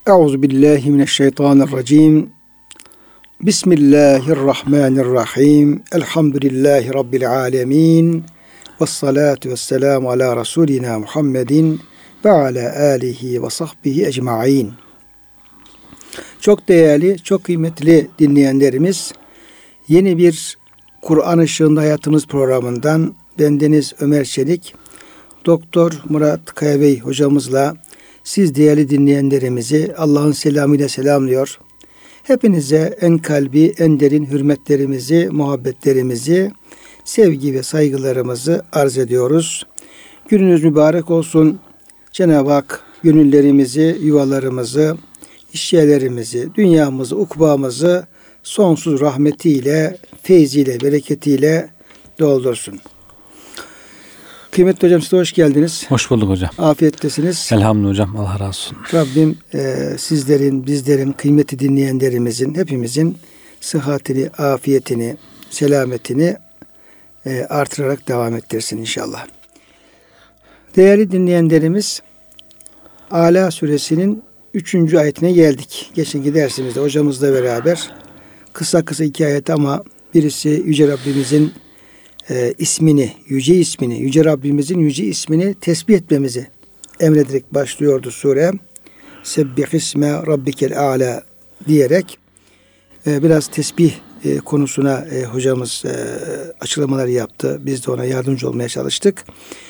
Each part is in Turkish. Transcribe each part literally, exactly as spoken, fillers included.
Euzubillahimineşşeytanirracim. Bismillahirrahmanirrahim. Elhamdülillahi Rabbil alemin. Vessalatu vesselamu ala Resulina Muhammedin ve ala alihi ve sahbihi ecma'in. Çok değerli, çok kıymetli dinleyenlerimiz, yeni bir Kur'an Işığında Hayatımız programından bendeniz Ömer Çelik, Doktor Murat Kayabey hocamızla siz değerli dinleyenlerimizi Allah'ın selamıyla selamlıyor. Hepinize en kalbi, en derin hürmetlerimizi, muhabbetlerimizi, sevgi ve saygılarımızı arz ediyoruz. Gününüz mübarek olsun. Cenab-ı Hak gönüllerimizi, yuvalarımızı, işyerlerimizi, dünyamızı, ukbamızı sonsuz rahmetiyle, feyziyle, bereketiyle doldursun. Kıymetli hocam, size hoş geldiniz. Hoş bulduk hocam. Afiyettesiniz. Elhamdülillah hocam. Allah razı olsun. Rabbim e, sizlerin, bizlerin, kıymetli dinleyenlerimizin, hepimizin sıhhatini, afiyetini, selametini e, artırarak devam ettirsin inşallah. Değerli dinleyenlerimiz, Ala suresinin üçüncü ayetine geldik. Geçenki dersimizde hocamızla beraber kısa kısa iki ayet ama birisi Yüce Rabbimizin e, ismini, yüce ismini, Yüce Rabbimizin yüce ismini tesbih etmemizi emrederek başlıyordu sure. Sebbihisme rabbikel a'la diyerek e, biraz tesbih e, konusuna e, hocamız e, açıklamalar yaptı. Biz de ona yardımcı olmaya çalıştık.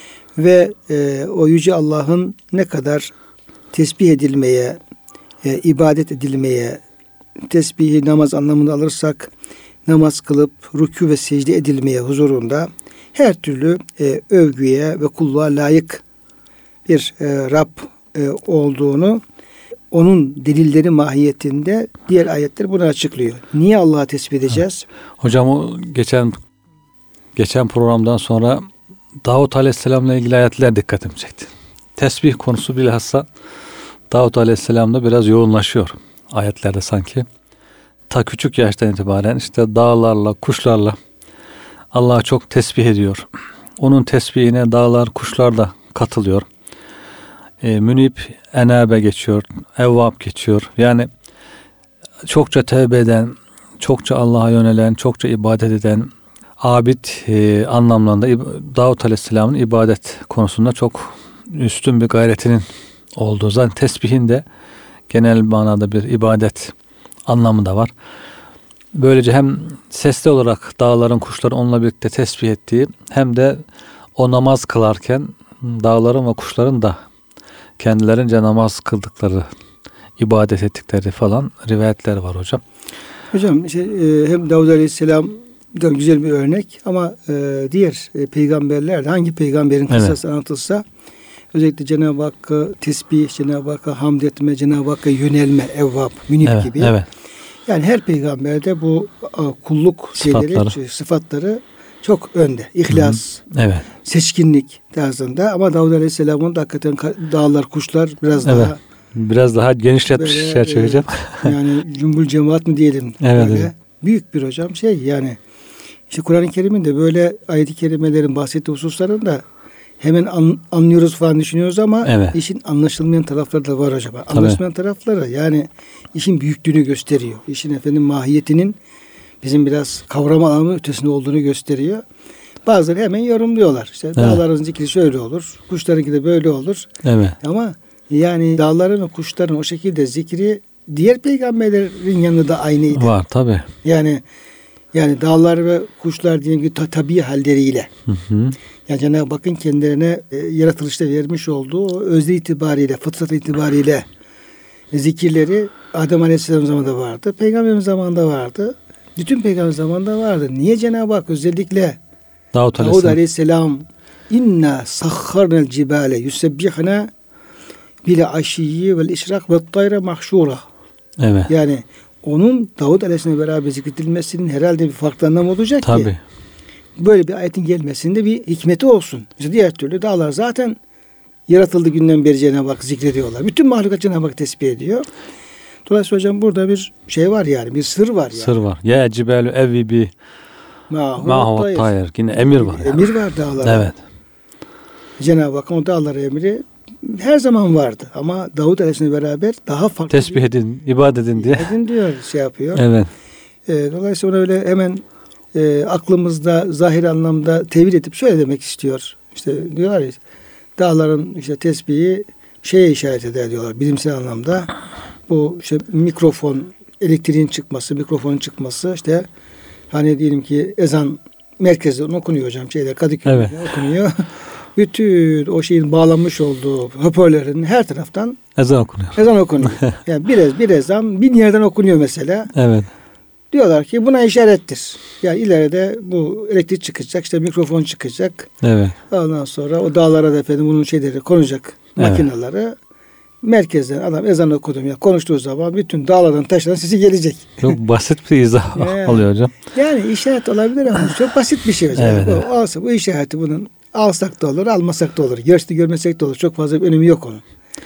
Ve e, o yüce Allah'ın ne kadar tesbih edilmeye, e, ibadet edilmeye, tesbihi namaz anlamında alırsak namaz kılıp rükû ve secde edilmeye huzurunda her türlü e, övgüye ve kulluğa layık bir e, Rab e, olduğunu, onun delilleri mahiyetinde diğer ayetler bunu açıklıyor. Niye Allah'a tesbih edeceğiz? Hocam o geçen geçen programdan sonra Davut Aleyhisselam'la ilgili ayetler dikkatimi çekti. Tesbih konusu bilhassa Davut Aleyhisselam'da biraz yoğunlaşıyor ayetlerde sanki. Ta küçük yaştan itibaren işte dağlarla, kuşlarla Allah'a çok tesbih ediyor. Onun tesbihine dağlar, kuşlar da katılıyor. E, Münip, Enabe geçiyor, Evvab geçiyor. Yani çokça tevbe eden, çokça Allah'a yönelen, çokça ibadet eden, abid e, anlamlarında Davut Aleyhisselam'ın ibadet konusunda çok üstün bir gayretinin olduğu. Zaten tesbihin de genel manada bir ibadet anlamı da var. Böylece hem sesli olarak dağların, kuşların onunla birlikte tesbih ettiği, hem de o namaz kılarken dağların ve kuşların da kendilerince namaz kıldıkları, ibadet ettikleri falan rivayetler var hocam. Hocam işte, e, hem Davud Aleyhisselam da güzel bir örnek ama e, diğer e, peygamberler de hangi peygamberin kıssası evet. anlatılsa özellikle Cenab-ı Hakk'a tesbih, Cenab-ı Hakk'a hamd etme, Cenab-ı Hakk'a yönelme, evvab, münip evet, gibi. Evet. Yani her peygamberde bu kulluk şeyleri, sıfatları, sıfatları çok önde. İhlas, Hı-hı. evet. seçkinlik tarzında ama Davud Aleyhisselam'ın da hakikaten dağlar, kuşlar biraz evet. daha biraz daha genişletmiş çerçeve hocam. E, yani cümbül cemaat mı diyelim? Evet, böyle evet. Büyük bir hocam şey yani işte Kur'an-ı Kerim'in de böyle ayet-i kerimelerin bahsettiği hususlarında hemen an, anlıyoruz falan düşünüyoruz ama evet. işin anlaşılmayan tarafları da var acaba. Anlaşılmayan tarafları yani işin büyüklüğünü gösteriyor. İşin efendim mahiyetinin bizim biraz kavram alanı ötesinde olduğunu gösteriyor. Bazıları hemen yorumluyorlar. İşte evet. dağların zikri şöyle olur, kuşlarınki de böyle olur. Evet. Ama yani dağların ve kuşların o şekilde zikri diğer peygamberlerin yanında da aynıydı. Var tabii. Yani yani dağlar ve kuşlar diyelim ki tabii halleriyle. Hı hı. Yani Cenab-ı Hakk'ın kendilerine e, yaratılışta vermiş olduğu o özde itibariyle, fıtrat itibariyle zikirleri Adem Aleyhisselam zamanında vardı. Peygamberimiz zamanında vardı. Bütün peygamber zamanında vardı. Niye Cenab-ı Hak özellikle Davud Aleyhisselam, Davud Aleyhisselam inna sahharnel cibale yusebbihna bil aşiyyi vel işrak ve tayra mahşura. Evet. Yani onun Davud Aleyhisselam'la beraber zikredilmesinin herhalde bir farklı anlamı olacak Tabii. ki. Böyle bir ayetin gelmesinde bir hikmeti olsun. İşte diğer türlü dağlar zaten yaratıldığı günden beri Cenab-ı Hak zikrediyorlar. Bütün mahlukat Cenab-ı Hak tesbih ediyor. Dolayısıyla hocam burada bir şey var yani. Bir sır var yani. Sır var. Ya cibelü evvibi mahu tayr. Yine emir var. Yani. Emir var dağlara. Evet. Cenab-ı Hak o dağlara emri her zaman vardı ama Davud Aleyhisselam'la beraber daha farklı. Tesbih edin, ibadet edin diye. Edin diyor, şey yapıyor. Evet. E, dolayısıyla ona öyle hemen e, aklımızda zahir anlamda tevil edip şöyle demek istiyor. İşte diyorlar ya, dağların işte tesbihi şeye işaret eder diyorlar bilimsel anlamda. Bu işte mikrofon, elektriğin çıkması, mikrofonun çıkması, işte hani diyelim ki ezan merkezde okunuyor hocam, şeyler Kadıköy'de evet. okunuyor. Bütün o şeyin bağlanmış olduğu hoparlörlerin her taraftan ezan okunuyor. Ezan okunuyor. Yani bir, bir ezan bin yerden okunuyor mesela. Evet. Diyorlar ki buna işarettir. Yani ileride bu elektrik çıkacak, işte mikrofon çıkacak. Evet. Ondan sonra o dağlara da efendim bunun şeyleri konacak, evet. Makineleri. Merkezden adam ezan okudum ya konuştuğu zaman bütün dağlardan taşlardan sesi gelecek. Çok basit bir izah yani, oluyor hocam. Yani işaret olabilir ama çok basit bir şey hocam. Evet, bu, evet. Olsa, bu işareti bunun alsak da olur, almasak da olur. Görse görmesek de olur. Çok fazla bir önemi yok onun.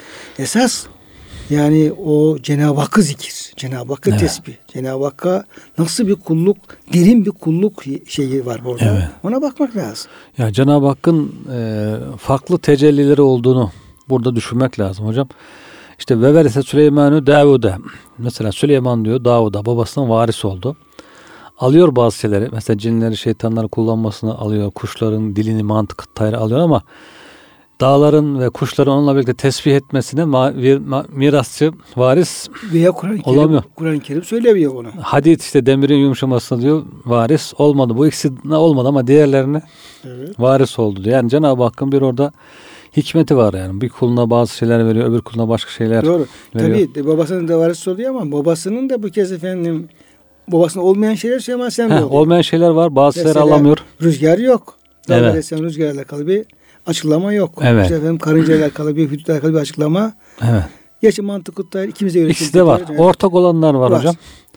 Esas yani o Cenab-ı Hakk'ı zikir. Cenab-ı Hakk'ı evet. tesbih. Cenab-ı Hakk'a nasıl bir kulluk, derin bir kulluk şeyi var burada. Evet. Ona bakmak lazım. Ya Cenab-ı Hakk'ın e, farklı tecellileri olduğunu burada düşünmek lazım hocam. İşte ve verise Süleyman'ı Davud'a. Mesela Süleyman diyor Davud'a, babasının varis oldu. Alıyor bazı şeyleri. Mesela cinleri, şeytanları kullanmasını alıyor. Kuşların dilini, mantık tayrı alıyor ama dağların ve kuşların onunla birlikte tesbih etmesine ma- mirasçı, varis veya Kur'an-ı Kerim, olamıyor. Kur'an-ı Kerim söylemiyor bunu. Hadid işte demirin yumuşamasına diyor varis olmadı. Bu ikisine olmadı ama diğerlerine evet. varis oldu diyor. Yani Cenab-ı Hakk'ın bir orada hikmeti var yani. Bir kuluna bazı şeyler veriyor, öbür kuluna başka şeyler Doğru. veriyor. Tabii babasının da varis oluyor ama babasının da bu kez efendim babasının olmayan şeyler söylemezsem de oluyor. Olmayan şeyler var. Bazı şeyler alamıyor. Rüzgar yok. Evet. Mesela rüzgarla alakalı bir açıklama yok. Evet. İşte efendim karıncayla alakalı bir hüdütle alakalı bir açıklama. Evet. Gerçi mantıklı da ikimize göre. İkisi de var. Evet. Ortak olanlar var, var hocam.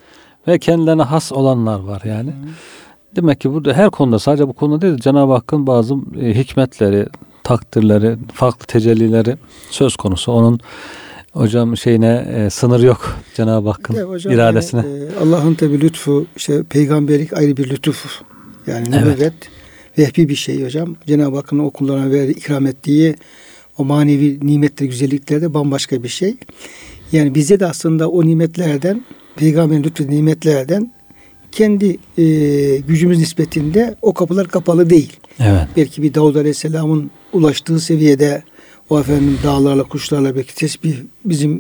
Ve kendilerine has olanlar var yani. Hı. Demek ki burada her konuda, sadece bu konuda değil, Cenab-ı Hakk'ın bazı e, hikmetleri, takdirleri, farklı tecellileri söz konusu. Onun hocam şeyine e, sınır yok Cenab-ı Hakk'ın evet, hocam, iradesine. Yani, e, Allah'ın tabi lütfu, işte peygamberlik ayrı bir lütuf. Yani nübüvvet evet. vehbi bir şey hocam. Cenab-ı Hakk'ın o kullarına verdiği, ikram ettiği o manevi nimetler, güzellikler de bambaşka bir şey. Yani bize de aslında o nimetlerden, peygamberin lütfu nimetlerden kendi e, gücümüz nispetinde o kapılar kapalı değil. Evet. Belki bir Davud Aleyhisselam'ın ulaştığı seviyede o efendim dağlarla, kuşlarla belki tesbih bizim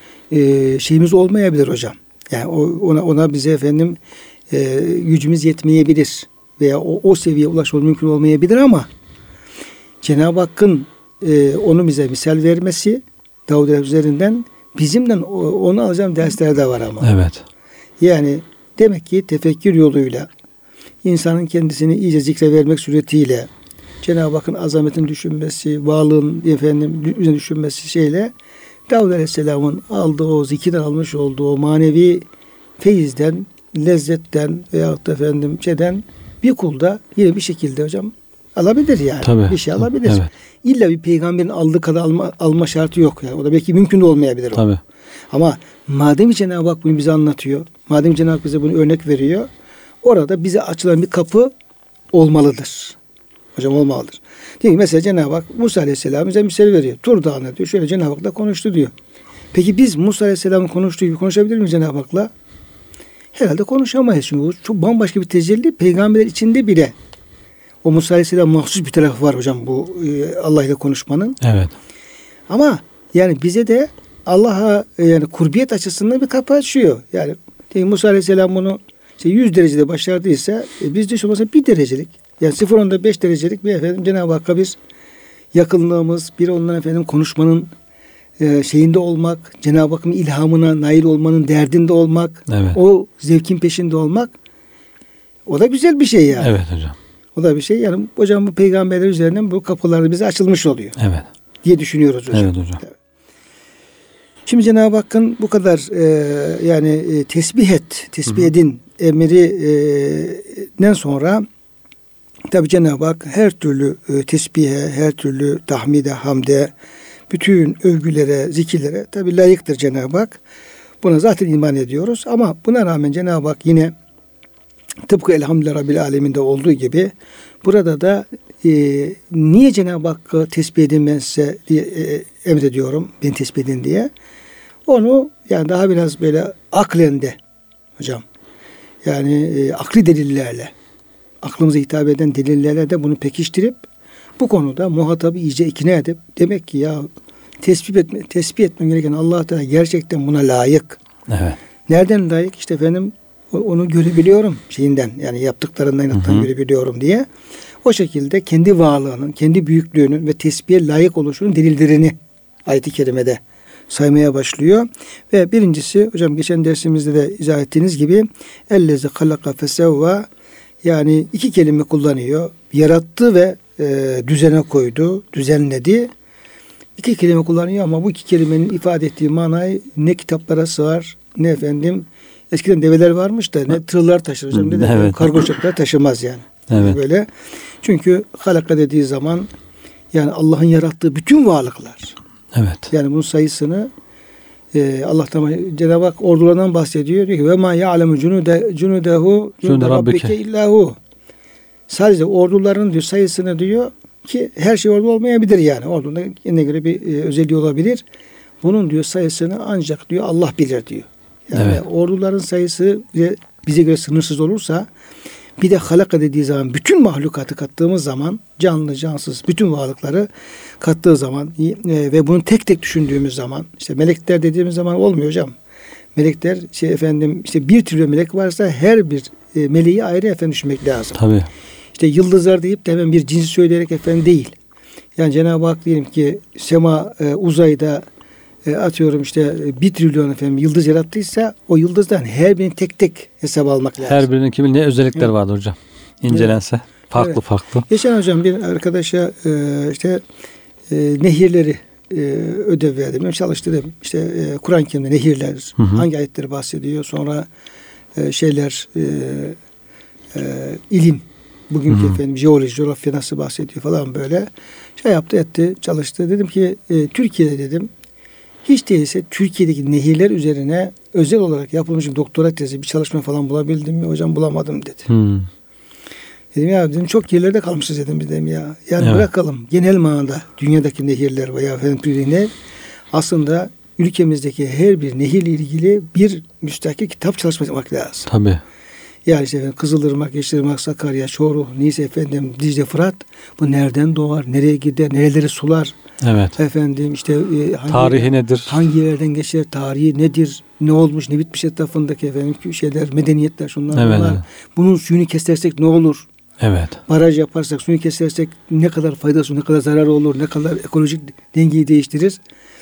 e, şeyimiz olmayabilir hocam. Yani o, ona ona bize efendim e, gücümüz yetmeyebilir veya o, o seviyeye ulaşmamız mümkün olmayabilir ama Cenab-ı Hakk'ın e, onu bize misal vermesi Davud üzerinden bizimle onu alacağım dersler de var ama. Evet. Yani demek ki tefekkür yoluyla insanın kendisini iyice zikre vermek suretiyle Cenab-ı Hakk'ın azametini düşünmesi, varlığın efendim düşünmesi şeyle Davud Aleyhisselam'ın aldığı o zikirden almış olduğu o manevi feyizden, lezzetten veyahut da efendim şeyden bir kulda yine bir şekilde hocam alabilir yani. Tabii, bir şey alabilir. Evet. İlla bir peygamberin aldığı kadar alma, alma şartı yok yani. O da belki mümkün de olmayabilir. Tabii. Ama madem Cenab-ı Hak bunu bize anlatıyor, madem Cenab-ı Hak bize bunu örnek veriyor, orada bize açılan bir kapı olmalıdır. Hocam olmalıdır. Diyor ki mesela Cenab-ı Hak Musa Aleyhisselam bize misal veriyor. Tur Dağı'na diyor. Şöyle Cenab-ı Hak'la konuştu diyor. Peki biz Musa Aleyhisselam'ın konuştuğu gibi konuşabilir miyiz Cenab-ı Hak'la? Herhalde konuşamayız. Çünkü bu çok bambaşka bir tecelli. Peygamberler içinde bile o Musa Aleyhisselam mahsus bir tarafı var hocam bu e, Allah ile konuşmanın. Evet. Ama yani bize de Allah'a e, yani kurbiyet açısından bir kapı açıyor. Yani Musa Aleyhisselam bunu işte yüz derecede başardıysa e, biz de şu mesela bir derecelik yani sıfır onda beş derecelik bir efendim Cenab-ı Hakk'a bir yakınlığımız, bir ondan efendim konuşmanın e, şeyinde olmak, Cenab-ı Hakk'ın ilhamına nail olmanın derdinde olmak, evet. o zevkin peşinde olmak, o da güzel bir şey yani. Evet hocam. O da bir şey yani hocam bu peygamberler üzerinden bu kapılar bize açılmış oluyor. Evet. Diye düşünüyoruz hocam. Evet hocam. Evet. Şimdi Cenab-ı Hakk'ın bu kadar e, yani e, tesbih et, tesbih edin emrinden sonra tabi Cenab-ı Hak her türlü e, tesbihe, her türlü tahmide, hamde, bütün övgülere, zikirlere tabi layıktır Cenab-ı Hak. Buna zaten iman ediyoruz ama buna rağmen Cenab-ı Hak yine tıpkı Elhamdülillah Rabbil Alemin'de olduğu gibi burada da e, niye Cenab-ı Hakk'ı tesbih edin ben size diye e, emrediyorum. Beni tesbih edin diye. Onu yani daha biraz böyle aklen de hocam. Yani e, akli delillerle, aklımıza hitap eden delillerle de bunu pekiştirip bu konuda muhatabı iyice ikna edip demek ki ya tesbih etme, tesbih etmem gereken Allah Teala gerçekten buna layık. Evet. Nereden layık? İşte efendim onu görebiliyorum şeyinden. Yani yaptıklarından inattan görebiliyorum diye. O şekilde kendi varlığının, kendi büyüklüğünün ve tesbihe layık oluşunun delillerini ayet-i kerimede saymaya başlıyor. Ve birincisi hocam geçen dersimizde de izah ettiğiniz gibi ellezi halaka fesevva, yani iki kelime kullanıyor. Yarattı ve e, düzene koydu, düzenledi. İki kelime kullanıyor ama bu iki kelimenin ifade ettiği manayı ne kitaplara sığar, ne efendim eskiden develer varmış da ne tırlar taşır hocam, ne de evet. kargo uçaklar taşımaz yani. Evet. Böyle. Çünkü halaka dediği zaman yani Allah'ın yarattığı bütün varlıklar. Evet. Yani bunun sayısını e, Allah'tan Cenab-ı Hak ordularından bahsediyor. Diyor ki ve ma ya'lemu cunude cunudehu cunude rabbike illahu. Sadece orduların diyor sayısını diyor ki her şey ordu olmayabilir yani. Ordunda kendine göre bir e, özelliği olabilir. Bunun diyor sayısını ancak diyor Allah bilir diyor. Yani evet. orduların sayısı bize, bize göre sınırsız olursa bir de halaka dediği zaman bütün mahlukatı kattığımız zaman canlı cansız bütün varlıkları kattığı zaman e, ve bunu tek tek düşündüğümüz zaman işte melekler dediğimiz zaman olmuyor hocam. Melekler şey efendim işte bir trilyon melek varsa her bir e, meleği ayrı efendim düşünmek lazım. Tabii. İşte yıldızlar deyip de hemen bir cinsi söyleyerek efendim değil. Yani Cenab-ı Hak diyelim ki sema e, uzayda e, atıyorum işte e, bir trilyon efendim yıldız yarattıysa o yıldızdan her birini tek tek hesap almak lazım. Her birinin kimin ne özellikler evet. vardır hocam. İncelense evet. farklı evet. farklı. Geçen hocam bir arkadaşa e, işte e, nehirleri e, ödev verdim. Çalıştırdım. İşte e, Kur'an-ı Kerim'de nehirler hı hı. hangi ayetleri bahsediyor. Sonra e, şeyler e, e, ilim. Bugünkü hı-hı. efendim jeoloji, coğrafya nasıl bahsediyor falan böyle. Şey yaptı etti, çalıştı. Dedim ki e, Türkiye'de dedim hiç değilse Türkiye'deki nehirler üzerine özel olarak yapılmış bir doktora tezi, bir çalışma falan bulabildim mi? Hocam bulamadım dedi. Hı. Dedim ya dedim çok yerlerde kalmışız dedim dedim ya. Yani evet. bırakalım genel manada dünyadaki nehirler veya efendim ne aslında ülkemizdeki her bir nehirle ilgili bir müstakil kitap çalışması yapmak lazım. Tabii. Yani işte efendim Kızılırmak, Yeşilırmak, Sakarya, Çoruh, Niğde efendim Dicle, Fırat bu nereden doğar, nereye gider, nereleri sular? Evet. Efendim işte e, hangi, tarihi nedir? Hangi yerlerden geçer, tarihi nedir? Ne olmuş, ne bitmiş etrafındaki efendim şeyler, medeniyetler şunlar evet, bunlar. Evet. Bunun suyunu kesersek ne olur? Evet. Baraj yaparsak, suyunu kesersek ne kadar faydası, ne kadar zararı olur, ne kadar ekolojik dengeyi değiştirir?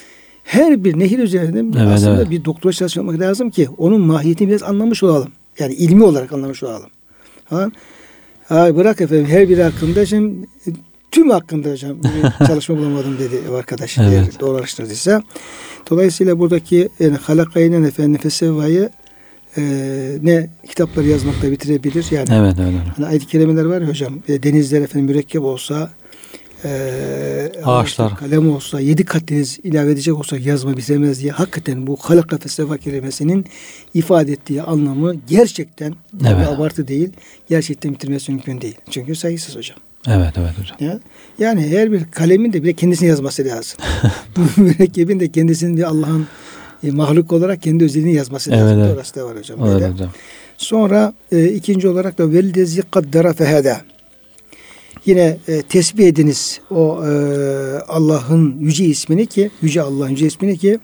Her bir nehir üzerinde evet, aslında evet. bir doktora çalışmak lazım ki onun mahiyetini biraz anlamış olalım. Yani ilmi olarak anlamış olalım. Ha? Ha, bırak efendim her biri hakkında şimdi tüm hakkında hocam bir çalışma bulamadım dedi arkadaş. Evet. Doğru araştırdıysa. Dolayısıyla buradaki yani halakayla efendim fesevvayı e, ne kitapları yazmakla bitirebilir. Yani evet, evet, evet. Hani ayet-i kerimeler var ya hocam. E, denizler efendim mürekkep olsa e, ağaçlar kalem olsa yedi kat deniz ilave edecek olsak yazma bitemez diye hakikaten bu halaka fesevva kelimesinin ifade ettiği anlamı gerçekten evet. abartı değil. Gerçekten bitirmesi mümkün değil. Çünkü sayısız hocam. Evet evet hocam. Ya, yani her bir kalemin de bile kendisini yazması lazım. Bu mürekkebin de kendisinin bir Allah'ın e, mahluk olarak kendi özelliğini yazması evet, lazım. Evet. Orası da var hocam. Evet, hocam. Sonra e, ikinci olarak da vellezi kaddara feheda. Yine e, tesbih ediniz o e, Allah'ın yüce ismini ki yüce Allah'ın yüce ismini ki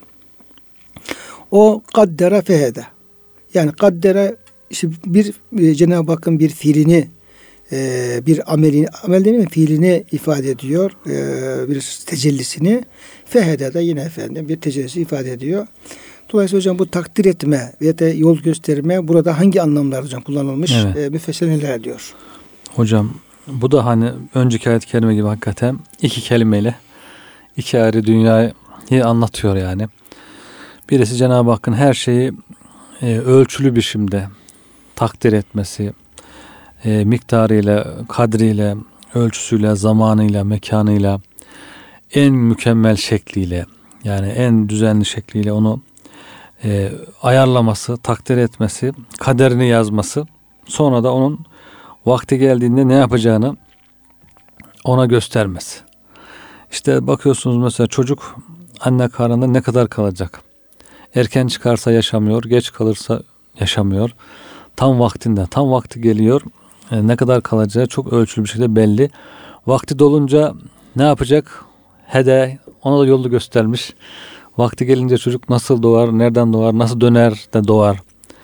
o kaddara feheda. Yani kaddara işte bir e, Cenab-ı Hakk'ın bir fiilini e, bir amelini amel değil mi fiilini ifade ediyor. E, bir tecellisini feheda da yine efendim bir tecellisi ifade ediyor. Dolayısıyla hocam bu takdir etme ve de yol gösterme burada hangi anlamlar hocam kullanılmış? Evet. E, müfessirler diyor. Hocam bu da hani önceki ayet-i kerime gibi hakikaten iki kelimeyle iki ayrı dünyayı anlatıyor yani. Birisi Cenab-ı Hakk'ın her şeyi e, ölçülü biçimde takdir etmesi, e, miktarıyla, kadriyle, ölçüsüyle, zamanıyla, mekanıyla, en mükemmel şekliyle yani en düzenli şekliyle onu e, ayarlaması, takdir etmesi, kaderini yazması, sonra da onun vakti geldiğinde ne yapacağını ona göstermesi. İşte bakıyorsunuz mesela çocuk anne karnında ne kadar kalacak? Erken çıkarsa yaşamıyor, geç kalırsa yaşamıyor. Tam vaktinde, tam vakti geliyor. E, ne kadar kalacağı çok ölçülü bir şekilde belli. Vakti dolunca ne yapacak? Hede, ona da yolu göstermiş. Vakti gelince çocuk nasıl doğar, nereden doğar, nasıl döner de doğar.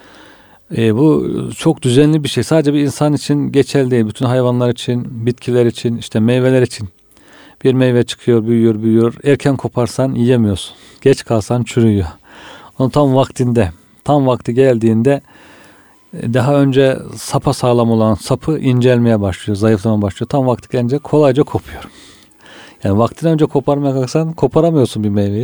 E, bu çok düzenli bir şey. Sadece bir insan için geçerli değil. Bütün hayvanlar için, bitkiler için, işte meyveler için. Bir meyve çıkıyor, büyüyor, büyüyor. Erken koparsan yiyemiyorsun. Geç kalsan çürüyor. Onu tam vaktinde, tam vakti geldiğinde daha önce sapa sağlam olan sapı incelmeye başlıyor, zayıflamaya başlıyor. Tam vakti gelince kolayca kopuyor. Yani vaktinden önce koparmaya kalksan koparamıyorsun bir meyveyi.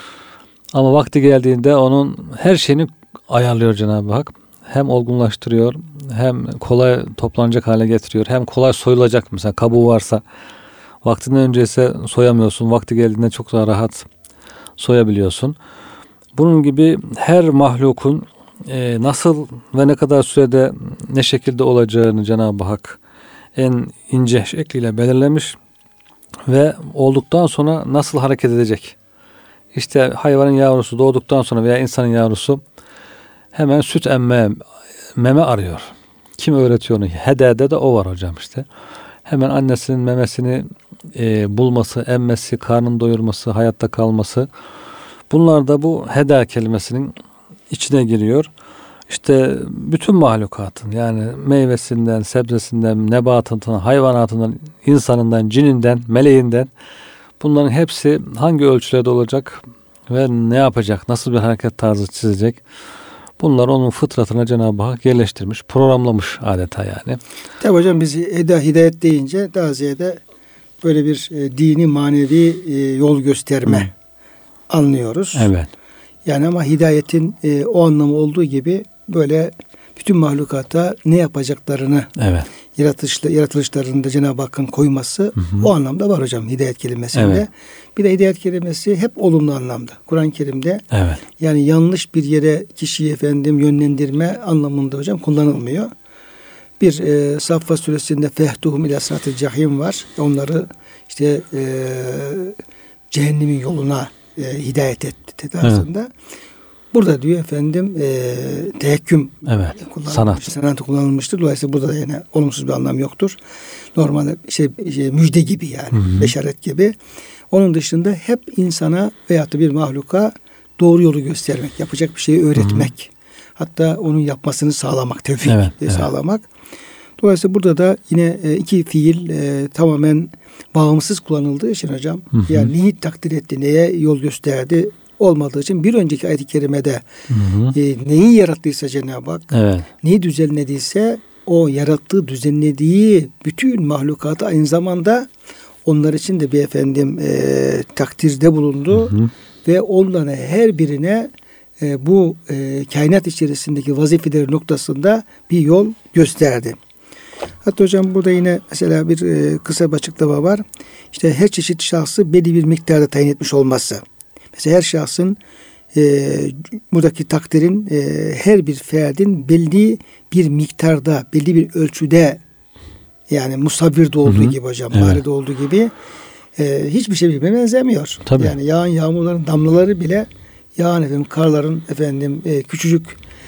Ama vakti geldiğinde onun her şeyini ayarlıyor Cenab-ı Hak. Hem olgunlaştırıyor, hem kolay toplanacak hale getiriyor, hem kolay soyulacak. Mesela kabuğu varsa vaktinden önce ise soyamıyorsun. Vakti geldiğinde çok daha rahat soyabiliyorsun. Bunun gibi her mahlukun e, nasıl ve ne kadar sürede ne şekilde olacağını Cenab-ı Hak en ince şekliyle belirlemiş ve olduktan sonra nasıl hareket edecek. İşte hayvanın yavrusu doğduktan sonra veya insanın yavrusu hemen süt emme, meme arıyor. Kim öğretiyor onu? Hedede de o var hocam işte. Hemen annesinin memesini e, bulması, emmesi, karnını doyurması, hayatta kalması. Bunlar da bu heda kelimesinin içine giriyor. İşte bütün mahlukatın, yani meyvesinden, sebzesinden, nebatından, hayvanatından, insanından, cininden, meleğinden, bunların hepsi hangi ölçülerde olacak ve ne yapacak, nasıl bir hareket tarzı çizecek? Bunlar onun fıtratına Cenab-ı Hak yerleştirmiş, programlamış adeta yani. Tabi hocam biz heda, hidayet deyince daha ziyade böyle bir e, dini, manevi e, yol gösterme Hı. anlıyoruz. Evet. Yani ama hidayetin e, o anlamı olduğu gibi böyle bütün mahlukata ne yapacaklarını evet. yaratılış, yaratılışlarında Cenab-ı Hakk'ın koyması hı hı. o anlamda var hocam hidayet kelimesinde. Evet. Bir de hidayet kelimesi hep olumlu anlamda. Kur'an-ı Kerim'de evet. yani yanlış bir yere kişiyi efendim yönlendirme anlamında hocam kullanılmıyor. Bir e, Saffa suresinde fehtuhum ila sıratil cahim var. Onları işte e, cehennemin yoluna e, hidayet etti tarzında. Evet. Burada diyor efendim e, tehekküm evet, sanat. sanatı kullanılmıştır. Dolayısıyla burada da yine olumsuz bir anlam yoktur. Normalde şey, şey müjde gibi yani. Hı hı. Beşaret gibi. Onun dışında hep insana veyahut da bir mahluka doğru yolu göstermek, yapacak bir şeyi öğretmek. Hı hı. Hatta onun yapmasını sağlamak, tevfik evet, evet. sağlamak. Dolayısıyla burada da yine e, iki fiil e, tamamen bağımsız kullanıldığı için hocam. Hı hı. Yani neyi takdir etti, neye yol gösterdi olmadığı için bir önceki ayet-i kerimede hı hı. E, neyi yarattıysa Cenab-ı Hak, evet. neyi düzenlediyse o yarattığı, düzenlediği bütün mahlukatı aynı zamanda onlar için de bir efendim e, takdirde bulundu. Hı hı. Ve onların her birine e, bu e, kainat içerisindeki vazifeleri noktasında bir yol gösterdi. Hatta hocam burada yine mesela bir e, kısa bir açıklama var. İşte her çeşit şahsı belli bir miktarda tayin etmiş olması. Mesela her şahsın e, buradaki takdirin e, her bir ferdin belli bir miktarda, belli bir ölçüde yani musavvirde olduğu hı hı. gibi hocam, evet. baride olduğu gibi e, hiçbir şey birbirine benzemiyor. Tabii. Yani yağan yağmurların damlaları bile yağan efendim karların efendim e, küçücük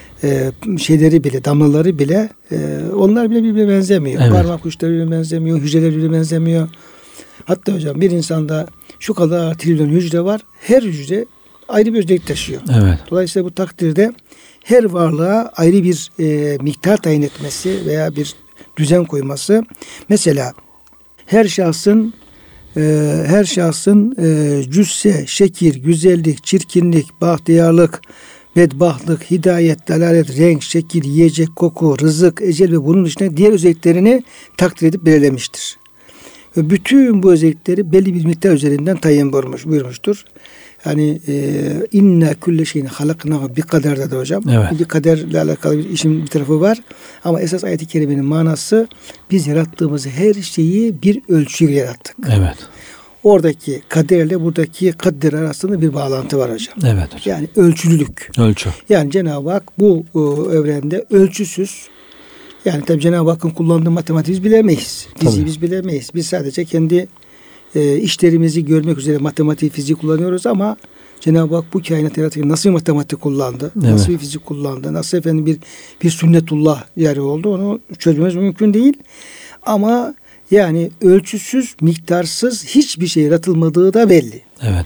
e, şeyleri bile, damlaları bile e, onlar bile birbirine benzemiyor. Evet. Parmak uçları birbirine benzemiyor, hücreler birbirine benzemiyor. Hatta hocam bir insanda şu kadar trilyon hücre var. Her hücre ayrı bir özellik taşıyor. Evet. Dolayısıyla bu takdirde her varlığa ayrı bir e, miktar tayin etmesi veya bir düzen koyması. Mesela her şahsın e, her şahsın e, cüsse, şekil, güzellik, çirkinlik, bahtiyarlık, bedbahtlık, hidayet, dalalet, renk, şekil, yiyecek, koku, rızık, ecel ve bunun dışında diğer özelliklerini takdir edip belirlemiştir. Ve bütün bu özellikleri belli bir miktar üzerinden tayin buyurmuş, buyurmuştur. Yani e, inna külle şeyin halaknahu bir kaderde de hocam. Evet. Bir kaderle alakalı bir işin bir tarafı var. Ama esas ayet-i kerimenin manası biz yarattığımız her şeyi bir ölçüyle yarattık. Evet. Oradaki kaderle buradaki kader arasında bir bağlantı var hocam. Evet hocam. Yani ölçülülük. Ölçü. Yani Cenab-ı Hak bu e, evrende ölçüsüz Yani tabii Cenab-ı Hakk'ın kullandığı matematiği biz bilemeyiz. Fiziği Tabii. biz bilemeyiz. Biz sadece kendi e, işlerimizi görmek üzere matematiği, fiziği kullanıyoruz ama Cenab-ı Hak bu kainat yaratırken nasıl bir matematik kullandı, Evet. nasıl bir fizik kullandı, nasıl efendim bir bir sünnetullah yeri oldu, onu çözmemiz mümkün değil. Ama yani ölçüsüz, miktarsız hiçbir şey yaratılmadığı da belli. Evet.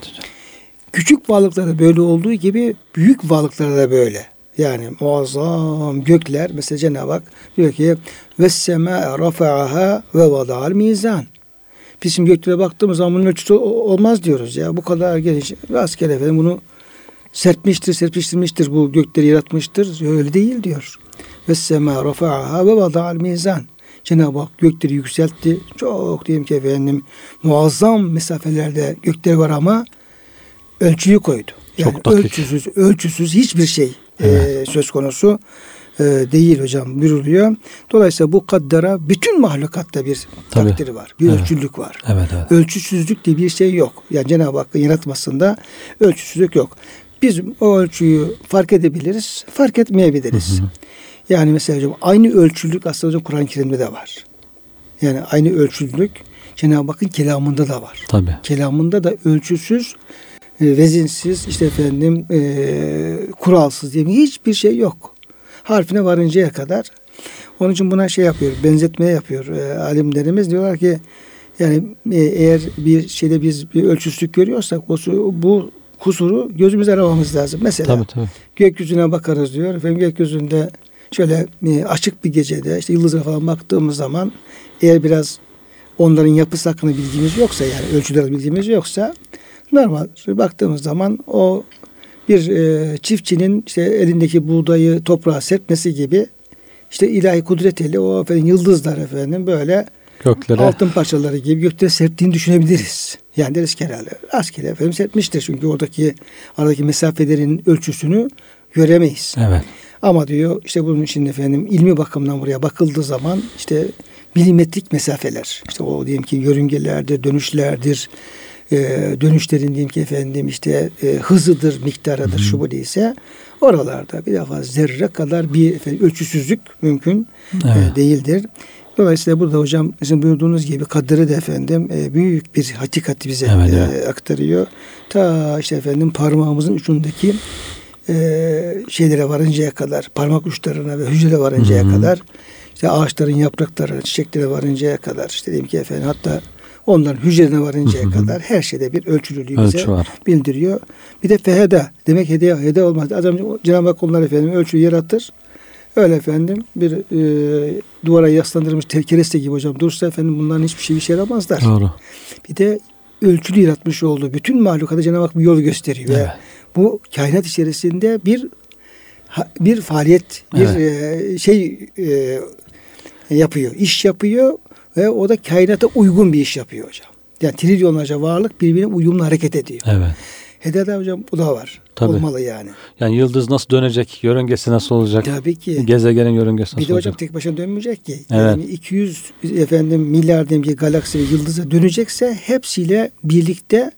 Küçük varlıklarda böyle olduğu gibi büyük varlıklarda da böyle. Yani muazzam gökler, mesela Cenab-ı Hak diyor ki وَالسَّمَاءَ رَفَعَهَا وَوَضَعَ الْمِيزَانِ. Biz şimdi göklere baktığımız zaman bunun ölçüsü olmaz diyoruz ya. Bu kadar geniş. Rastgele efendim bunu serpmiştir, serpiştirmiştir, bu gökleri yaratmıştır. Öyle değil diyor. وَالسَّمَاءَ رَفَعَهَا وَوَضَعَ الْمِيزَانِ. Cenab-ı Hak gökleri yükseltti. Çok diyelim ki efendim muazzam mesafelerde gökler var ama ölçüyü koydu. Yani Çok dakik. ölçüsüz, ölçüsüz hiçbir şey Evet. e, söz konusu e, değil hocam, buyuruluyor. Dolayısıyla bu kaddara bütün mahlukatta bir Tabii. takdiri var. Bir Evet. ölçülük var. Evet, evet. Ölçüsüzlük diye bir şey yok. Yani Cenab-ı Hakk'ın yaratmasında ölçüsüzlük yok. Biz o ölçüyü fark edebiliriz, fark etmeyebiliriz. Hı hı. Yani mesela hocam aynı ölçülük aslında hocam Kur'an-ı Kerim'de de var. Yani aynı ölçülük Cenab-ı Hakk'ın kelamında da var. Tabii. Kelamında da ölçüsüz, e, vezinsiz, işte efendim e, kuralsız diye hiçbir şey yok. Harfine varıncaya kadar. Onun için buna şey yapıyor, benzetmeye yapıyor e, alimlerimiz. Diyorlar ki yani e, eğer bir şeyde biz bir ölçüsüzlük görüyorsak o, bu kusuru gözümüzle aramamız lazım. Mesela Tabii, tabii. gökyüzüne bakarız diyor. Efendim gökyüzünde şöyle e, açık bir gecede işte yıldızlara falan baktığımız zaman eğer biraz onların yapısı hakkında bilgimiz yoksa, yani ölçüleri bilgimiz yoksa, normal baktığımız zaman o bir e, çiftçinin işte elindeki buğdayı toprağa serpmesi gibi, işte ilahi kudret eli o efendim yıldızlar efendim böyle Göklere. altın parçaları gibi göklere serptiğini düşünebiliriz. Yani deriz ki herhalde rastgele efendim serpmiştir. Çünkü oradaki aradaki mesafelerin ölçüsünü göremeyiz. Evet. Ama diyor işte bunun için efendim ilmi bakımdan buraya bakıldığı zaman işte milimetrik mesafeler, işte o diyelim ki yörüngelerdir, dönüşlerdir, e, dönüşlerin diyelim ki efendim işte e, hızıdır, miktarıdır, Hı-hı. şu bu değilse oralarda bir defa zerre kadar bir efendim, ölçüsüzlük mümkün Evet. e, değildir. Dolayısıyla burada hocam sizin buyurduğunuz gibi kaderi de efendim e, büyük bir hakikati bize Evet, e, evet. aktarıyor. Ta işte efendim parmağımızın ucundaki e, şeylere varıncaya kadar, parmak uçlarına ve hücrelere varıncaya Hı hı. kadar, işte ağaçların yaprakları, çiçeklere varıncaya kadar, işte diyelim ki efendim hatta onların hücrelerine varıncaya Hı hı. kadar her şeyde bir ölçülülüğü Ölçü bize var. bildiriyor. Bir de feheda. Demek hediye, hediye olmaz. Adam, Cenab-ı Hak onlar efendim ölçüyü yaratır. Öyle efendim bir e, duvara yaslandırılmış kereste gibi hocam dursa efendim bunların hiçbir şey işe yaramazlar. Doğru. Bir de ölçülü yaratmış olduğu bütün mahlukata Cenab-ı Hak bir yol gösteriyor. Evet. Ve bu kainat içerisinde bir bir faaliyet, bir e, şey e, yapıyor, iş yapıyor ve o da kainata uygun bir iş yapıyor hocam. Yani trilyonlarca varlık birbirine uyumlu hareket ediyor. Evet. Hediyede hocam bu da var. Tabii. Olmalı yani. Yani yıldız nasıl dönecek? Yörüngesi nasıl olacak? Tabii ki. Gezegenin yörüngesi nasıl Bir de hocam olacak? tek başına dönmeyecek ki. Evet. Yani iki yüz efendim milyar diyelim ki galaksi ve yıldıza dönecekse hepsiyle birlikte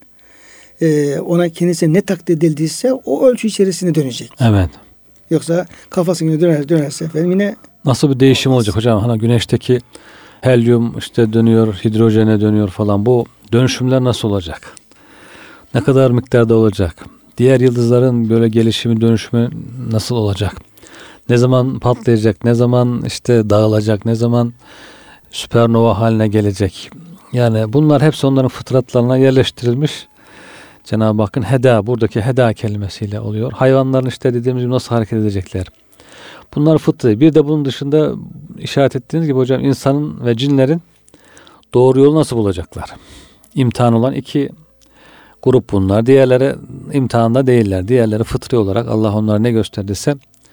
e, ona kendisine ne takdir edildiyse o ölçü içerisinde dönecek. Evet. Yoksa kafasına döner dönerse efendim yine Nasıl bir değişim olmaz. olacak hocam? Hani güneşteki helyum işte dönüyor, hidrojene dönüyor falan. Bu dönüşümler nasıl olacak? Ne kadar miktarda olacak? Diğer yıldızların böyle gelişimi, dönüşümü nasıl olacak? Ne zaman patlayacak? Ne zaman işte dağılacak? Ne zaman süpernova haline gelecek? Yani bunlar hepsi onların fıtratlarına yerleştirilmiş. Cenab-ı Hakk'ın heda, buradaki heda kelimesiyle oluyor. Hayvanların işte dediğimiz gibi nasıl hareket edecekler? Bunlar fıtri. Bir de bunun dışında işaret ettiğiniz gibi hocam insanın ve cinlerin doğru yolu nasıl bulacaklar? İmtihan olan iki grup bunlar. Diğerleri imtihanda değiller. Diğerleri fıtri olarak Allah onlara ne gösterdiyse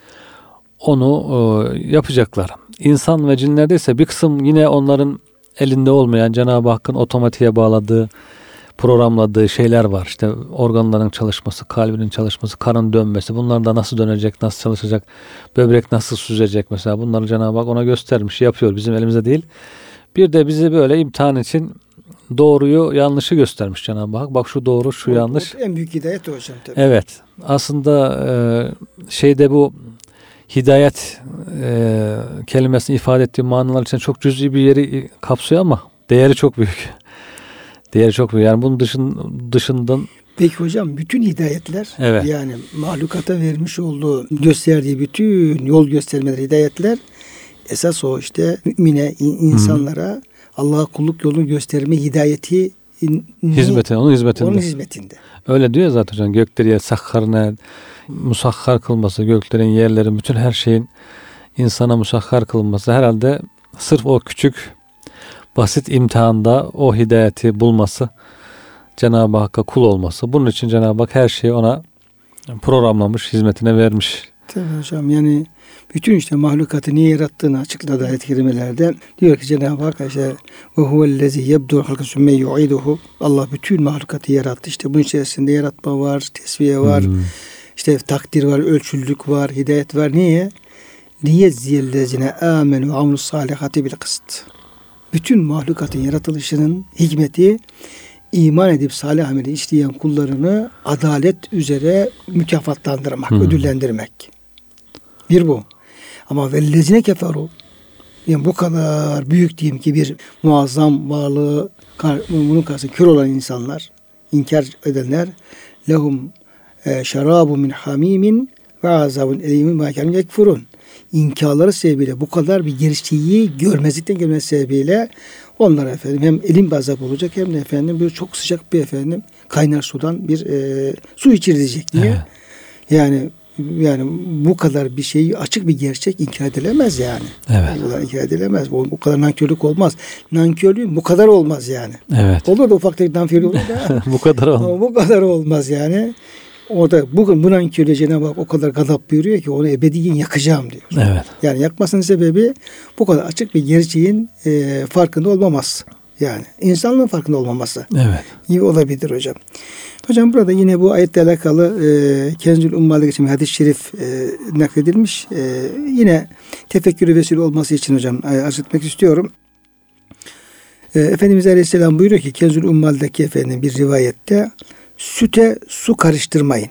onu e, yapacaklar. İnsan ve cinlerde ise bir kısım yine onların elinde olmayan, Cenab-ı Hakk'ın otomatiğe bağladığı, programladığı şeyler var. İşte organların çalışması, kalbinin çalışması, kanın dönmesi. Bunlar da nasıl dönecek, nasıl çalışacak, böbrek nasıl süzecek mesela. Bunları Cenab-ı Hak ona göstermiş, yapıyor. Bizim elimizde değil. Bir de bizi böyle imtihan için doğruyu, yanlışı göstermiş Cenab-ı Hak. Bak şu doğru, şu o, yanlış. o en büyük hidayet o hocam tabii. Evet. Aslında e, şeyde bu hidayet e, kelimesini ifade ettiği manalar için çok cüz'i bir yeri kapsıyor ama değeri çok büyük. Değeri çok büyük. Yani bunun dışın, dışından. Peki hocam bütün hidayetler, evet. yani mahlukata vermiş olduğu, gösterdiği bütün yol göstermeleri, hidayetler esas o işte mümine, insanlara Hı-hı. Allah'a kulluk yolunu gösterme hidayeti hizmeti, onun hizmetinde. Onun hizmetinde. Öyle diyor zaten hocam. Gökleri yer sakharına, musakhar kılması, göklerin, yerlerin, bütün her şeyin insana musakhar kılması herhalde sırf o küçük basit imtihanda o hidayeti bulması, Cenab-ı Hakk'a kul olması. Bunun için Cenab-ı Hak her şeyi ona programlamış, hizmetine vermiş. Tabii hocam, yani bütün işte mahlukatı niye yarattığını açıkladı ayet-i kerimelerde. Diyor ki Cenab-ı Hak işte ve huvellezî yebdu'l halka sümme yu'iduhu. Allah bütün mahlukatı yarattı. İşte bunun içerisinde yaratma var, tesviye var. Hmm. İşte takdir var, ölçülük var, hidayet var. Niye? Liyeziyellezine amenu ve amilus salihati bil kıst. Bütün mahlukatın yaratılışının hikmeti iman edip salih ameli işleyen kullarını adalet üzere mükafatlandırmak, hmm. ödüllendirmek. Bir bu. Ama vellezine keferu, yani bu kadar büyük diyeyim ki bir muazzam varlığı, bunun karşısında kör olan insanlar, inkar edenler, lehum şarabu min hamimin ve azabun elimin ve kânu yekfurun. İnkarları sebebiyle, bu kadar bir gerçeği görmezlikten gelmesi sebebiyle onlar efendim hem elim bir azap olacak hem de efendim böyle çok sıcak bir efendim kaynar sudan bir e, su içirilecek diye. Evet. Yani yani bu kadar bir şey, açık bir gerçek inkar edilemez yani. Evet. Bu kadar inkar edilemez. Bu, bu kadar nankörlük olmaz. Nankörlüğün bu kadar olmaz yani. Evet. Olur da ufak tefek nankörlük olur da. bu kadar olmaz. Ama bu kadar olmaz yani. Orada bugün bu nankörlüğe Cenab-ı Hak o kadar gadap buyuruyor ki onu ebediyen yakacağım diyor. Evet. Yani yakmasının sebebi bu kadar açık bir gerçeğin e, farkında olmaması. Yani insanlığın farkında olmaması. Evet. İyi olabilir hocam. Hocam burada yine bu ayetle alakalı e, Kenzül Ummal'de geçen bir hadis-i şerif e, nakledilmiş. E, yine tefekkürü vesile olması için hocam e, arz etmek istiyorum. E, Efendimiz Aleyhisselam buyuruyor ki Kenzül Ummal'deki efendim bir rivayette süte su karıştırmayın.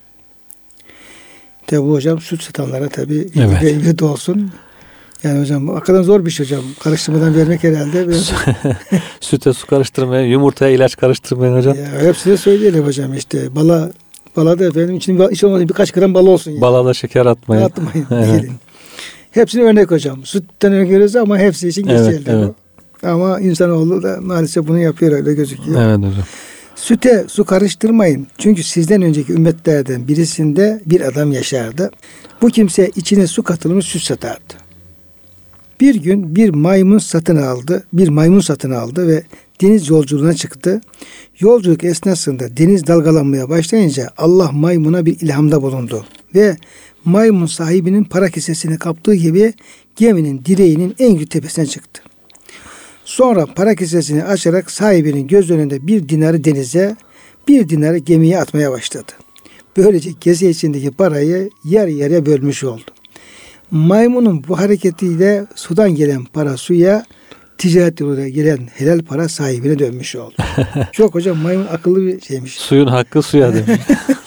Tabi hocam süt satanlara tabi evet. ibret olsun. Yani hocam hakikaten zor bir şey hocam. Karıştırmadan vermek herhalde. Süte su karıştırmayın, yumurtaya ilaç karıştırmayın hocam. Ya, hepsine söyleyelim hocam işte. Bala, bala da efendim için hiç olmazsa birkaç gram bal olsun. Yani. Bala da şeker atmayın. Atmayın. Evet. Hepsine örnek hocam. Sütten örnek veriyoruz ama hepsi için geçerli. Evet, evet. Ama insanoğlu da maalesef bunu yapıyor, öyle gözüküyor. Evet hocam. Süte su karıştırmayın. Çünkü sizden önceki ümmetlerden birisinde bir adam yaşardı. Bu kimse içine su katılmış süt satardı. Bir gün bir maymun satın aldı. Bir maymun satın aldı ve deniz yolculuğuna çıktı. Yolculuk esnasında deniz dalgalanmaya başlayınca Allah maymuna bir ilhamda bulundu. Ve maymun sahibinin para kesesini kaptığı gibi geminin direğinin en yüksek tepesine çıktı. Sonra para kesesini açarak sahibinin göz önünde bir dinarı denize, bir dinarı gemiye atmaya başladı. Böylece kese içindeki parayı yarı yarıya bölmüş oldu. Maymunun bu hareketiyle sudan gelen para suya, ticaret yoluyla gelen helal para sahibine dönmüş oldu. Çok hocam maymun akıllı bir şeymiş. Suyun hakkı suya demiş.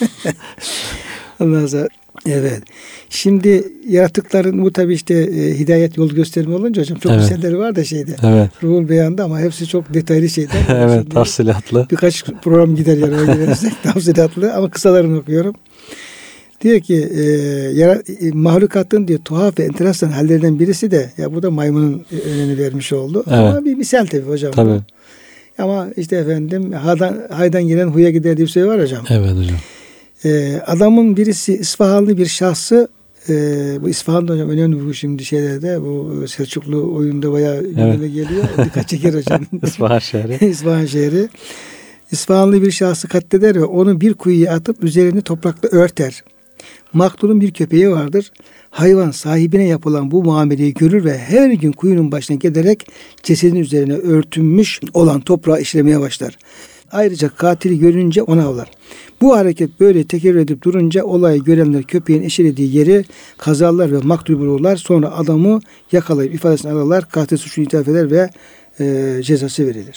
Ondan sonra evet. Şimdi yaratıkların bu tabi işte e, hidayet yol gösterme olunca hocam çok evet. misalleri var da şeyde. Evet. Ruhul Beyan'da ama hepsi çok detaylı şeyler. evet, şimdi tafsilatlı. Birkaç program gider yani o gidersek tafsilatlı ama kısalarını okuyorum. Diyor ki e, yara, e, mahlukatın diyor tuhaf ve enteresan hallerinden birisi de ya bu da maymunun önünü vermiş oldu. Evet. Ama bir misal tabii hocam. Tabii. Ama işte efendim haydan, haydan gelen huya gider diye bir şey var hocam. Evet hocam. E, adamın birisi İsfahanlı bir şahsı e, bu İsfahan'da hocam önemli bu şimdi şeylerde bu Selçuklu oyunda bayağı gündeme evet. geliyor. Dikkat çeker hocam. İsfahan şehri. İsfahan şehri. İsfahanlı bir şahsı katleder ve onu bir kuyuya atıp üzerini toprakla örter. Maktulun bir köpeği vardır. Hayvan sahibine yapılan bu muameleyi görür ve her gün kuyunun başına gelerek cesedin üzerine örtünmüş olan toprağı işlemeye başlar. Ayrıca katili görünce ona avlar. Bu hareket böyle tekrar edip durunca olayı görenler köpeğin eşelediği yeri kazarlar ve maktul bulurlar. Sonra adamı yakalayıp ifadesini alırlar. Katil suçunu itiraf eder ve e, cezası verilir.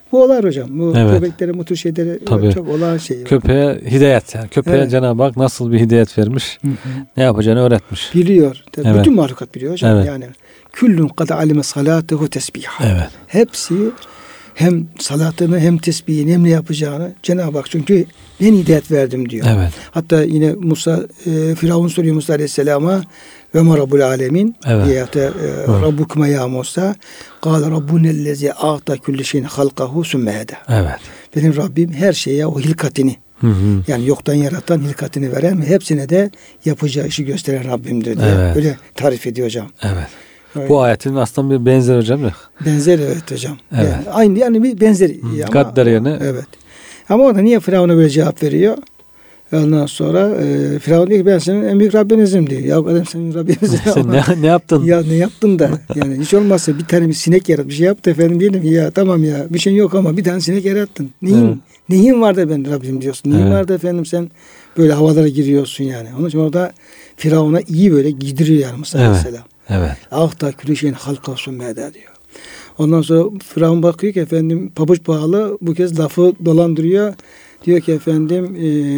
Bu olar hocam. Bu Evet. köpeklerin bu tür şeyleri Tabii. çok olağan şey. Köpeğe hidayet. Yani köpeğe Evet. Cenab-ı Hak nasıl bir hidayet vermiş, Hı hı. ne yapacağını öğretmiş. Biliyor. Tabii Evet. bütün mahlukat biliyor hocam. Evet. Yani küllün kad alime salatehu tesbiha. Evet. Hepsi hem salatını hem tesbihini hem ne yapacağını Cenab-ı Hak çünkü ben hidayet verdim diyor. Evet. Hatta yine Musa e, Firavun soruyor Musa Aleyhisselam'a ve ma Rabbul Alemin Evet. diye hatta e, Rabbukuma ya Musa kâle Rabbunellezi a'ta külli şeyin halkahu sümme heda. Evet. Benim Rabbim her şeye o hilkatini Hı hı. yani yoktan yaratan hilkatini veren ve hepsine de yapacağı işi gösteren Rabbimdir diye Evet. öyle tarif ediyor hocam. Evet. Öyle. Bu ayetin aslında bir benzer hocam yok. Benzer evet hocam. Evet. Yani aynı yani bir benzer. Ama, Kadder yerine. Evet. Ama o da niye Firavun'a böyle cevap veriyor? Ondan sonra e, Firavun diyor ki ben senin en büyük Rabbinizim diyor. Ya adam senin Rabbinizim. Sen ne, ne yaptın? Ya ne yaptın da? Yani hiç olmazsa bir tane bir sinek yarat. Bir şey yaptı efendim diyelim ki ya tamam ya bir şey yok ama bir tane sinek yarattın. Neyin, Evet. neyin var da ben Rabbim diyorsun. Neyin Evet. var da efendim sen böyle havalara giriyorsun yani. Onun için orada Firavun'a iyi böyle giydiriyor yani Musa Evet. Aleyhisselam. Evet. Ah da külü şeyin halka olsun meda diyor. Ondan sonra Firavun bakıyor ki efendim pabuç bağlı bu kez lafı dolandırıyor. Diyor ki efendim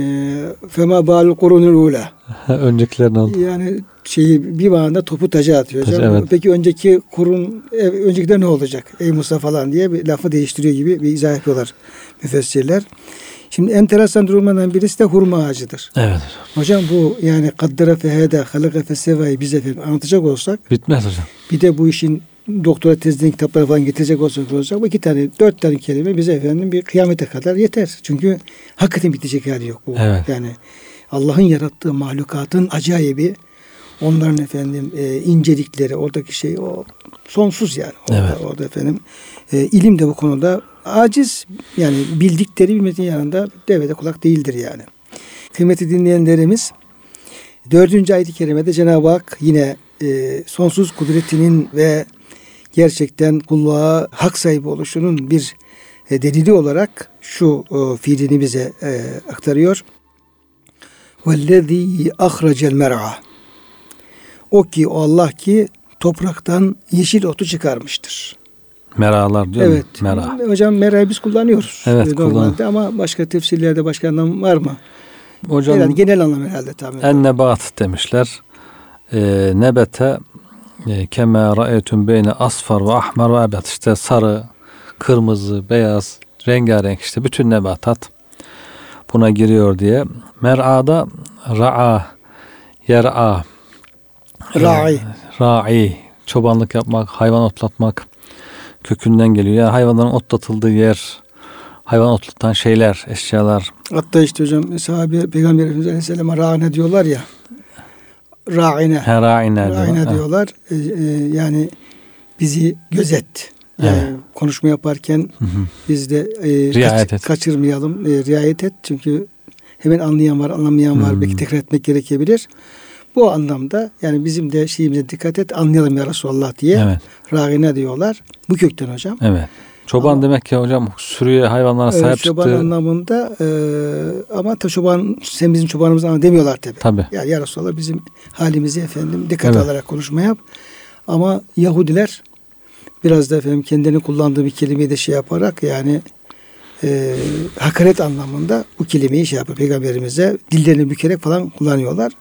fema balul kurunul ula. Öncekilerin oldu. Yani şeyi bir bağında topu taca atıyor. Taca, hocam. evet. Peki önceki kurun e, öncekide ne olacak? Ey Musa falan diye bir lafı değiştiriyor gibi bir izah yapıyorlar müfessirler. Şimdi enteresan durumlardan birisi de hurma ağacıdır. Evet. Hocam bu yani kaddara feheda halaka fesevayı bize efendim anlatacak olsak Bitmez hocam. bir de bu işin doktora tezinin kitapları falan getirecek olsak olacak bu iki tane dört tane kelime bize efendim bir kıyamete kadar yeter. Çünkü hakikaten bitecek hali yok bu. Evet. Yani Allah'ın yarattığı mahlukatın acayibi onların efendim e, incelikleri oradaki şey o sonsuz yani. Orada, Evet. orada efendim e, ilim de bu konuda aciz yani bildikleri bilmediği yanında devede kulak değildir yani. Kıymetli dinleyenlerimiz dördüncü ayet-i kerimede Cenab-ı Hak yine e, sonsuz kudretinin ve gerçekten kulluğa hak sahibi oluşunun bir e, delili olarak şu e, fiilini bize e, aktarıyor. وَالَّذ۪ي اَخْرَجَ الْمَرْعَى O ki o Allah ki topraktan yeşil otu çıkarmıştır. Meralar diyor Evet. mu? Mera. Hocam merayı biz kullanıyoruz. Evet, Normalde kullan- ama başka tefsirlerde başka anlam var mı? Hocam Herhalde, genel anlam herhalde tahmin en nebat demişler. Ee, nebete e, keme ra'aytum beyne asfar ve ahmar ve abiyat. İşte sarı, kırmızı, beyaz, rengarenk işte bütün nebatat buna giriyor diye. Mer'ada ra'a, yer'a, Ra'i. e, ra'i, çobanlık yapmak, hayvan otlatmak kökünden geliyor. Yani hayvanların otlatıldığı yer, hayvan otlatan şeyler, eşyalar. Hatta işte hocam sahabe Peygamber Efendimiz Aleyhisselam'a ra'ine diyorlar ya. Ra'ine. He, ra'ine Ra'ine diyorlar. diyorlar. E, e, yani bizi gözet. Yani Evet. konuşma yaparken Hı hı. biz de e, Riayet kaç- et. kaçırmayalım. E, riayet et. Çünkü hemen anlayan var, anlamayan var. Hmm. Belki tekrar etmek gerekebilir. Bu anlamda yani bizim de şeyimize dikkat et. Anlayalım ya Resulallah diye. Evet. Ra'ine diyorlar. Bu kökten hocam. Evet. Çoban Ama- demek ki hocam sürüye hayvanlara Evet, sahip çoban çıktı. anlamında e, ama tabi çoban sen bizim çobanımız ama demiyorlar tabi. Tabii. Yani ya Resulallah bizim halimizi efendim dikkat Evet. alarak konuşma yap. Ama Yahudiler biraz da efendim kendilerinin kullandığı bir kelimeyi de şey yaparak yani e, hakaret anlamında bu kelimeyi şey yapıyor Peygamberimize dillerini bükerek falan kullanıyorlar.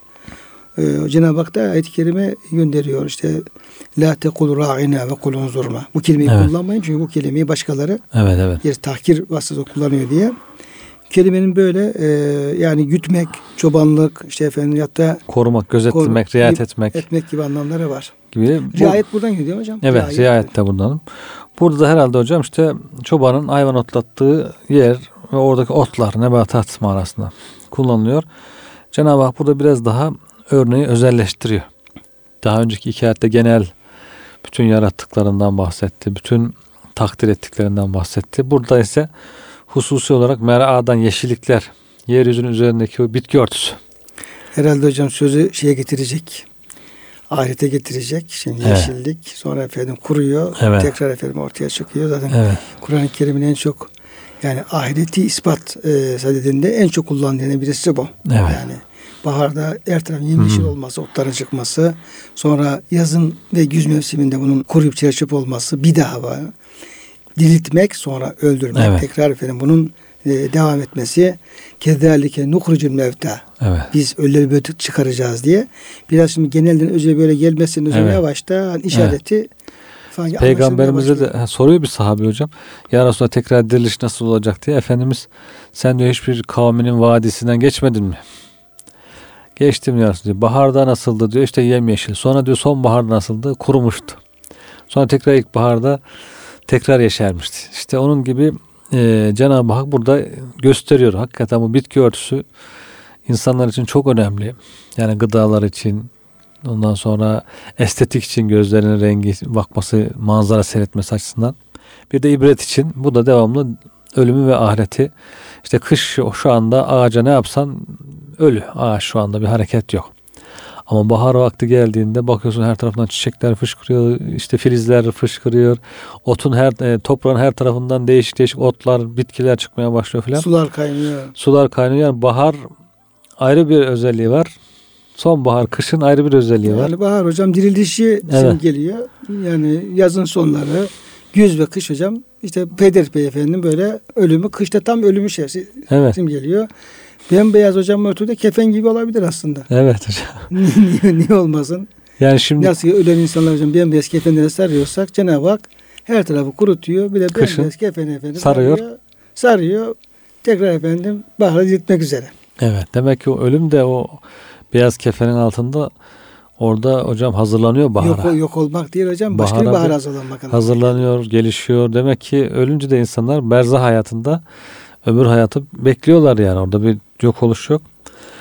E, Cenab-ı Hak da ayet-i kerime gönderiyor işte la tekul ra'ina ve kulun zurma. Bu kelimeyi Evet. kullanmayın çünkü bu kelimeyi başkaları Evet evet. bir tahkir vasıtası kullanıyor diye. Kelimenin böyle e, yani gütmek, çobanlık, işte efendim hatta Korumak, gözetlemek, Koru- riayet etmek etmek gibi anlamları var. gibi. Bu- Riayet buradan geliyor hocam. Evet, riayet de buradan. Burada da herhalde hocam işte çobanın hayvan otlattığı yer ve oradaki otlar, nebatat manasında kullanılıyor. Cenab-ı Hak burada biraz daha örneği özelleştiriyor. Daha önceki iki ayette genel bütün yarattıklarından bahsetti. Bütün takdir ettiklerinden bahsetti. Burada ise hususi olarak mer'adan yeşillikler, yeryüzünün üzerindeki o bitki örtüsü. Herhalde hocam sözü şeye getirecek. Ahirete getirecek. Şimdi Evet. yeşillik sonra efendim kuruyor. Evet. Tekrar efendim ortaya çıkıyor. Zaten Evet. Kur'an-ı Kerim'in en çok yani ahireti ispat e, sadedinde en çok kullandığı birisi bu. Evet. Yani baharda her tarafın yemyeşil olması, otların çıkması, sonra yazın ve güz mevsiminde bunun kuruyup çerçöp olması bir daha var. diriltmek, sonra öldürmek. Evet. Tekrar efendim bunun e, devam etmesi. Kezalike nuhrucul mevta. Evet. Biz ölüleri böyle çıkaracağız diye. Biraz şimdi genelden özel böyle gelmesinin üzerine Evet. yavaştan işareti evet. falan Peygamberimize de soruyor bir sahabe hocam. Ya Resulallah tekrar diriliş nasıl olacak diye. Efendimiz sen diyor hiçbir kavminin vadisinden geçmedin mi? Geçtim ya Resulallah. Baharda nasıldı diyor. İşte yemyeşil. Sonra diyor sonbaharda nasıldı? Kurumuştu. Sonra tekrar ilkbaharda tekrar yeşermişti. İşte onun gibi e, Cenab-ı Hak burada gösteriyor. Hakikaten bu bitki örtüsü insanlar için çok önemli. Yani gıdalar için, ondan sonra estetik için, gözlerinin rengi bakması, manzara seyretmesi açısından. Bir de ibret için. Bu da devamlı ölümü ve ahireti. İşte kış şu anda ağaca ne yapsan ölü. Ağaç şu anda bir hareket yok. Ama bahar vakti geldiğinde bakıyorsun her taraftan çiçekler fışkırıyor, işte filizler fışkırıyor. Otun her e, toprağın her tarafından değişik değişik otlar, bitkiler çıkmaya başlıyor filan. Sular kaynıyor. Sular kaynıyor. Yani bahar ayrı bir özelliği var. Sonbahar, kışın ayrı bir özelliği var. Yani bahar hocam dirilişi evet. geliyor. Yani yazın sonları, güz ve kış hocam. İşte peyderpey efendim böyle ölümü, kışta tam ölümü şeysi evet. geliyor. Bembeyaz hocam örtüde kefen gibi olabilir aslında. Evet hocam. niye, niye olmasın? Yani şimdi nasıl ölen insanlar hocam bembeyaz kefenlere sarıyorsak Cenab-ı Hak her tarafı kurutuyor. Bir de kışın bembeyaz kefeni efendim sarıyor. sarıyor. Sarıyor. Tekrar efendim bahara gitmek üzere. Evet. Demek ki o ölüm de o beyaz kefenin altında orada hocam hazırlanıyor bahara. Yok, yok olmak değil hocam. Başka bahara bir bahara hazırlanmak. Hazırlanıyor, gelişiyor. Demek ki ölünce de insanlar berzah hayatında ömür hayatı bekliyorlar yani. Orada bir yok oluş yok.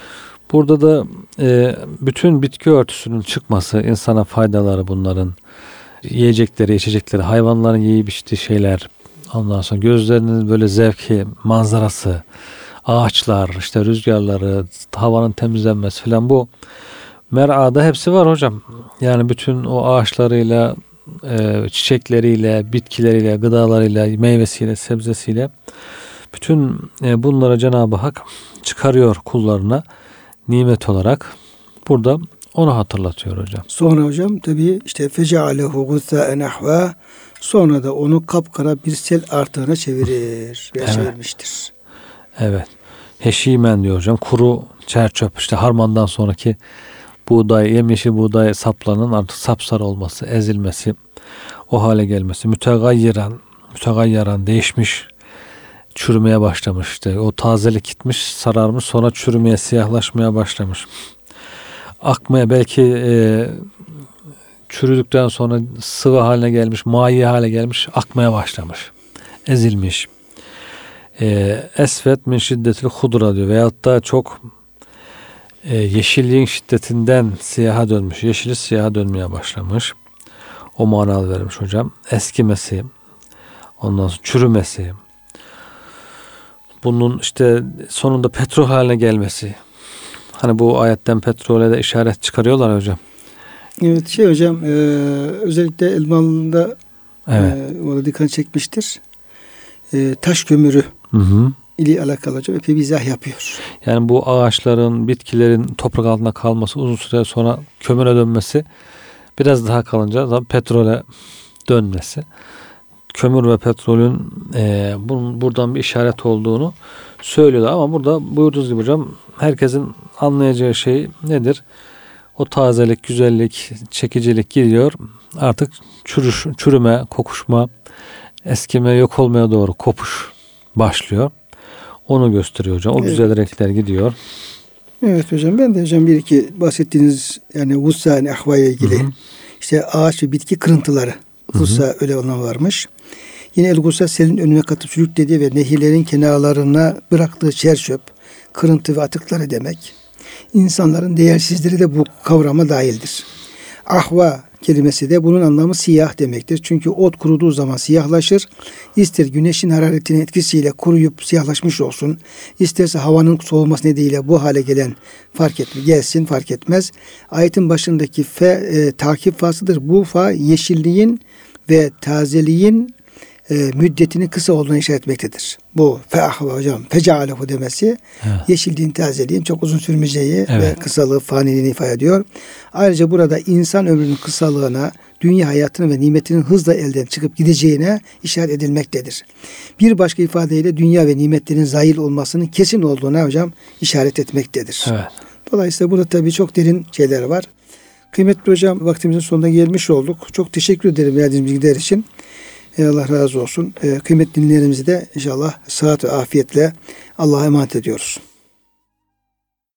Burada da e, bütün bitki örtüsünün çıkması, insana faydaları bunların, yiyecekleri, içecekleri, hayvanların yiyip içtiği şeyler, ondan sonra gözlerinin böyle zevki, manzarası, ağaçlar, işte rüzgarları, havanın temizlenmesi falan bu mer'ada hepsi var hocam. Yani bütün o ağaçlarıyla, e, çiçekleriyle, bitkileriyle, gıdalarıyla, meyvesiyle, sebzesiyle bütün e, bunlara Cenab-ı Hak çıkarıyor kullarına nimet olarak. Burada onu hatırlatıyor hocam. Sonra hocam tabii işte fecealehu guthâen ahvâ, sonra da onu kapkara bir sel artığına çevirir ve evet. çevirmiştir. Evet. Heşimen diyor hocam. Kuru çerçöp, işte harmandan sonraki buğday, yemyeşil buğday saplarının artık sapsarı olması, ezilmesi, o hale gelmesi, mütegayyiren, mütegayyiren değişmiş, çürümeye başlamış. İşte o tazelik gitmiş, sararmış, sonra çürümeye, siyahlaşmaya başlamış. Akmaya, belki e, çürüdükten sonra sıvı haline gelmiş, mayi hale gelmiş, akmaya başlamış, ezilmiş. E, esvet min şiddetil hudra diyor, veyahut da çok e, yeşilliğin şiddetinden siyaha dönmüş, yeşili siyaha dönmeye başlamış. O manalı vermiş hocam. Eskimesi, ondan sonra çürümesi, bunun işte sonunda petrol haline gelmesi. Hani bu ayetten petrole de işaret çıkarıyorlar hocam. Evet şey hocam e, özellikle Elmalı'da evet. e, orada dikkat çekmiştir. E, taş kömürü hı hı. ile alakalı hocam epey bir izah yapıyor. Yani bu ağaçların, bitkilerin toprak altında kalması, uzun süre sonra kömüre dönmesi, biraz daha kalınca da petrole dönmesi. Kömür ve petrolün e, bunun buradan bir işaret olduğunu söylüyorlar. Ama burada buyurduğunuz gibi hocam herkesin anlayacağı şey nedir? O tazelik, güzellik, çekicilik gidiyor. Artık çürüş, çürüme, kokuşma, eskime, yok olmaya doğru kopuş başlıyor. Onu gösteriyor hocam. O evet. güzel renkler gidiyor. Evet hocam, ben de hocam bir iki bahsettiğiniz yani Gussa ahvaya ilgili, hı hı. işte ağaç ve bitki kırıntıları. Gussa öyle olan varmış. Yine el gussa selin önüne katıp sürüklediği ve nehirlerin kenarlarına bıraktığı çerçöp, kırıntı ve atıkları demek. İnsanların değersizleri de bu kavrama dahildir. Ahva kelimesi de bunun anlamı siyah demektir. Çünkü ot kuruduğu zaman siyahlaşır. İster güneşin hararetinin etkisiyle kuruyup siyahlaşmış olsun, isterse havanın soğuması nedeniyle bu hale gelen fark etmez, gelsin fark etmez. Ayetin başındaki fe e, takip fasıdır. Bu fa yeşilliğin ve tazeliğin e, müddetinin kısa olduğunu işaret etmektedir. Bu fe ahva hocam, fecealehu demesi, evet. yeşilliğin, tazeliğin çok uzun sürmeyeceği evet. ve kısalığı, faniliğini ifade ediyor. Ayrıca burada insan ömrünün kısalığına dünya hayatının ve nimetinin hızla elden çıkıp gideceğine işaret edilmektedir. Bir başka ifadeyle dünya ve nimetlerin zail olmasının kesin olduğuna hocam işaret etmektedir. Evet. Dolayısıyla burada tabii çok derin şeyler var. Kıymetli hocam, vaktimizin sonuna gelmiş olduk. Çok teşekkür ederim verdiğiniz bilgiler için. Allah razı olsun. Kıymetli dinleyenlerimizi de inşallah sıhhat ve afiyetle Allah'a emanet ediyoruz.